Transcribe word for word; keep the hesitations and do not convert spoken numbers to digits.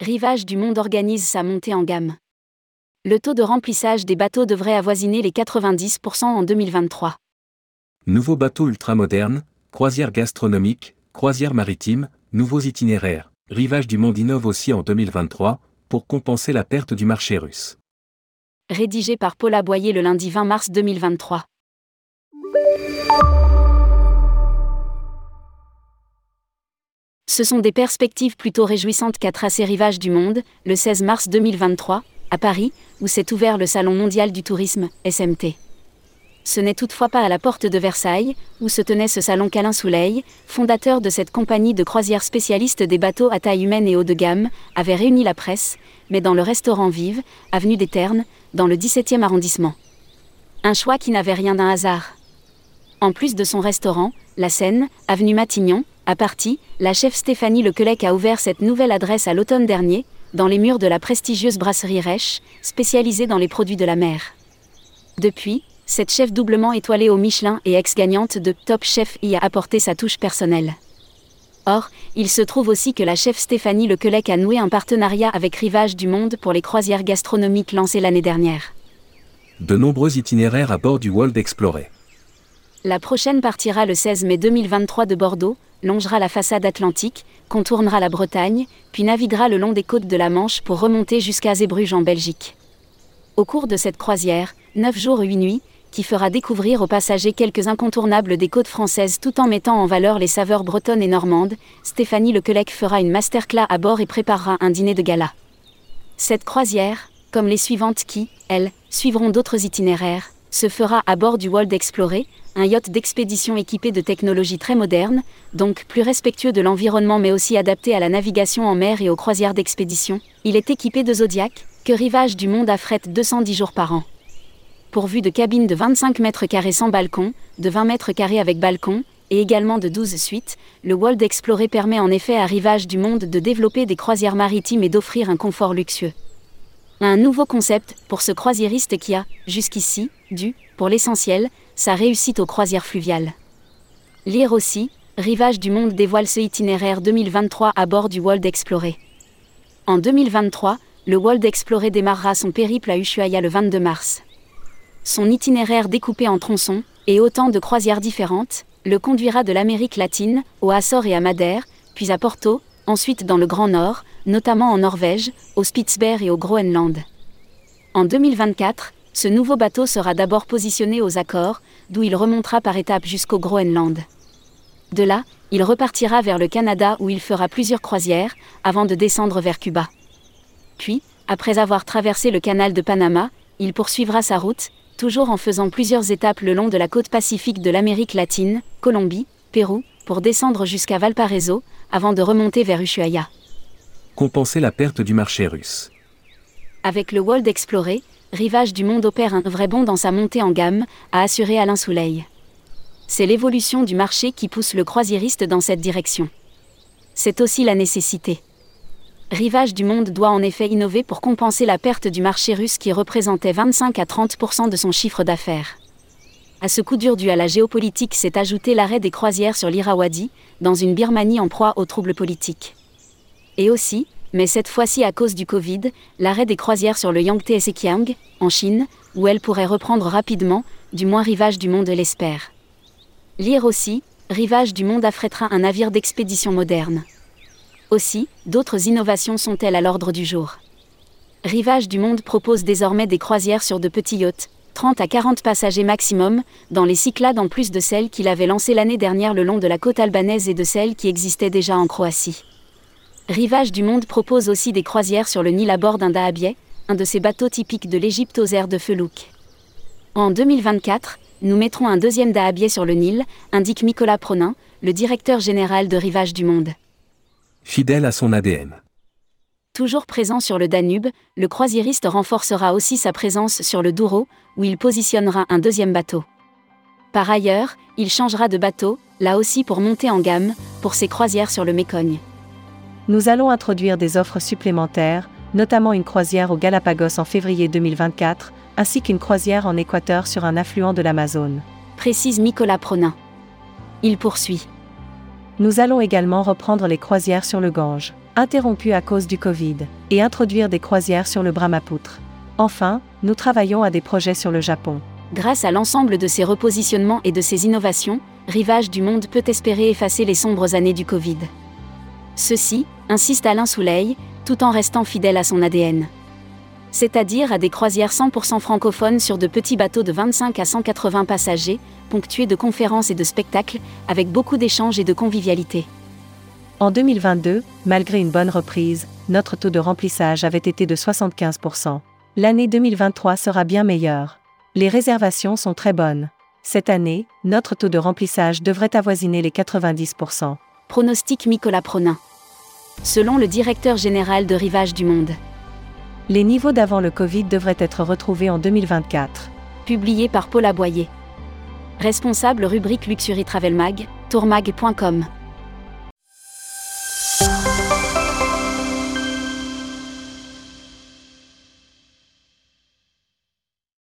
Rivage du Monde organise sa montée en gamme. Le taux de remplissage des bateaux devrait avoisiner les quatre-vingt-dix pour cent en deux mille vingt-trois. Nouveaux bateaux ultramodernes, croisières gastronomiques, croisières maritimes, nouveaux itinéraires. Rivage du Monde innove aussi en deux mille vingt-trois, pour compenser la perte du marché russe. Rédigé par Paula Boyer le lundi vingt mars deux mille vingt-trois. Ce sont des perspectives plutôt réjouissantes qu'a tracé Rivage du Monde, le seize mars deux mille vingt-trois, à Paris, où s'est ouvert le Salon mondial du tourisme, S M T. Ce n'est toutefois pas à la porte de Versailles, où se tenait ce salon qu'Alain Souleil, fondateur de cette compagnie de croisière spécialiste des bateaux à taille humaine et haut de gamme, avait réuni la presse, mais dans le restaurant Vive, avenue des Ternes, dans le dix-septième arrondissement. Un choix qui n'avait rien d'un hasard. En plus de son restaurant, La Seine, avenue Matignon, à Party, la chef Stéphanie Lequelec a ouvert cette nouvelle adresse à l'automne dernier, dans les murs de la prestigieuse brasserie Rech, spécialisée dans les produits de la mer. Depuis, cette chef doublement étoilée au Michelin et ex-gagnante de Top Chef y a apporté sa touche personnelle. Or, il se trouve aussi que la chef Stéphanie Lequelec a noué un partenariat avec Rivage du Monde pour les croisières gastronomiques lancées l'année dernière. De nombreux itinéraires à bord du World Explorer. La prochaine partira le seize mai deux mille vingt-trois de Bordeaux, longera la façade atlantique, contournera la Bretagne, puis naviguera le long des côtes de la Manche pour remonter jusqu'à Zeebrugge en Belgique. Au cours de cette croisière, neuf jours huit nuits, qui fera découvrir aux passagers quelques incontournables des côtes françaises tout en mettant en valeur les saveurs bretonnes et normandes, Stéphanie Lequelec fera une masterclass à bord et préparera un dîner de gala. Cette croisière, comme les suivantes qui, elles, suivront d'autres itinéraires, se fera à bord du World Explorer, un yacht d'expédition équipé de technologies très modernes, donc plus respectueux de l'environnement mais aussi adapté à la navigation en mer et aux croisières d'expédition. Il est équipé de Zodiac, que Rivage du Monde affrète deux cent dix jours par an. Pourvu de cabines de vingt-cinq mètres carrés sans balcon, de vingt mètres carrés avec balcon, et également de douze suites, le World Explorer permet en effet à Rivage du Monde de développer des croisières maritimes et d'offrir un confort luxueux. Un nouveau concept pour ce croisiériste qui a, jusqu'ici, dû, pour l'essentiel, sa réussite aux croisières fluviales. Lire aussi, Rivage du Monde dévoile ce itinéraire deux mille vingt-trois à bord du World Explorer. En deux mille vingt-trois, le World Explorer démarrera son périple à Ushuaia le vingt-deux mars. Son itinéraire découpé en tronçons, et autant de croisières différentes, le conduira de l'Amérique latine, aux Açores et à Madère, puis à Porto, ensuite dans le Grand Nord, notamment en Norvège, au Spitzberg et au Groenland. En deux mille vingt-quatre, ce nouveau bateau sera d'abord positionné aux Açores, d'où il remontera par étapes jusqu'au Groenland. De là, il repartira vers le Canada où il fera plusieurs croisières, avant de descendre vers Cuba. Puis, après avoir traversé le canal de Panama, il poursuivra sa route, toujours en faisant plusieurs étapes le long de la côte pacifique de l'Amérique latine, Colombie, Pérou, pour descendre jusqu'à Valparaiso, avant de remonter vers Ushuaia. Compenser la perte du marché russe. Avec le World Explorer, Rivage du Monde opère un vrai bond dans sa montée en gamme, a assuré Alain Souleil. C'est l'évolution du marché qui pousse le croisiériste dans cette direction. C'est aussi la nécessité. Rivage du Monde doit en effet innover pour compenser la perte du marché russe qui représentait vingt-cinq à trente pour cent de son chiffre d'affaires. À ce coup dur dû à la géopolitique s'est ajouté l'arrêt des croisières sur l'Irrawaddy, dans une Birmanie en proie aux troubles politiques. Et aussi, mais cette fois-ci à cause du Covid, l'arrêt des croisières sur le Yangtze Sekiang, en Chine, où elles pourraient reprendre rapidement, du moins Rivage du Monde l'espère. Lire aussi, Rivage du Monde affrètera un navire d'expédition moderne. Aussi, d'autres innovations sont-elles à l'ordre du jour. Rivage du Monde propose désormais des croisières sur de petits yachts, trente à quarante passagers maximum, dans les Cyclades en plus de celles qu'il avait lancées l'année dernière le long de la côte albanaise et de celles qui existaient déjà en Croatie. Rivage du Monde propose aussi des croisières sur le Nil à bord d'un dahabieh, un de ces bateaux typiques de l'Égypte aux airs de Felouk. En deux mille vingt-quatre, nous mettrons un deuxième dahabieh sur le Nil, indique Nicolas Pronin, le directeur général de Rivage du Monde. Fidèle à son A D N. Toujours présent sur le Danube, le croisiériste renforcera aussi sa présence sur le Douro, où il positionnera un deuxième bateau. Par ailleurs, il changera de bateau, là aussi pour monter en gamme, pour ses croisières sur le Mécogne. Nous allons introduire des offres supplémentaires, notamment une croisière aux Galapagos en février deux mille vingt-quatre, ainsi qu'une croisière en Équateur sur un affluent de l'Amazone. Précise Nicolas Pronin. Il poursuit. Nous allons également reprendre les croisières sur le Gange. interrompu à cause du Covid, et introduire des croisières sur le Brahmapoutre. Enfin, nous travaillons à des projets sur le Japon. Grâce à l'ensemble de ces repositionnements et de ces innovations, Rivage du Monde peut espérer effacer les sombres années du Covid. Ceci, insiste Alain Souleil, tout en restant fidèle à son A D N. C'est-à-dire à des croisières cent pour cent francophones sur de petits bateaux de vingt-cinq à cent quatre-vingts passagers, ponctués de conférences et de spectacles, avec beaucoup d'échanges et de convivialité. En deux mille vingt-deux, malgré une bonne reprise, notre taux de remplissage avait été de soixante-quinze pour cent. L'année deux mille vingt-trois sera bien meilleure. Les réservations sont très bonnes. Cette année, notre taux de remplissage devrait avoisiner les quatre-vingt-dix pour cent. Pronostic Nicolas Pronin. Selon le directeur général de Rivage du Monde. Les niveaux d'avant le Covid devraient être retrouvés en deux mille vingt-quatre. Publié par Paul Aboyer. Responsable rubrique Luxury Travel Mag, tourmag point com.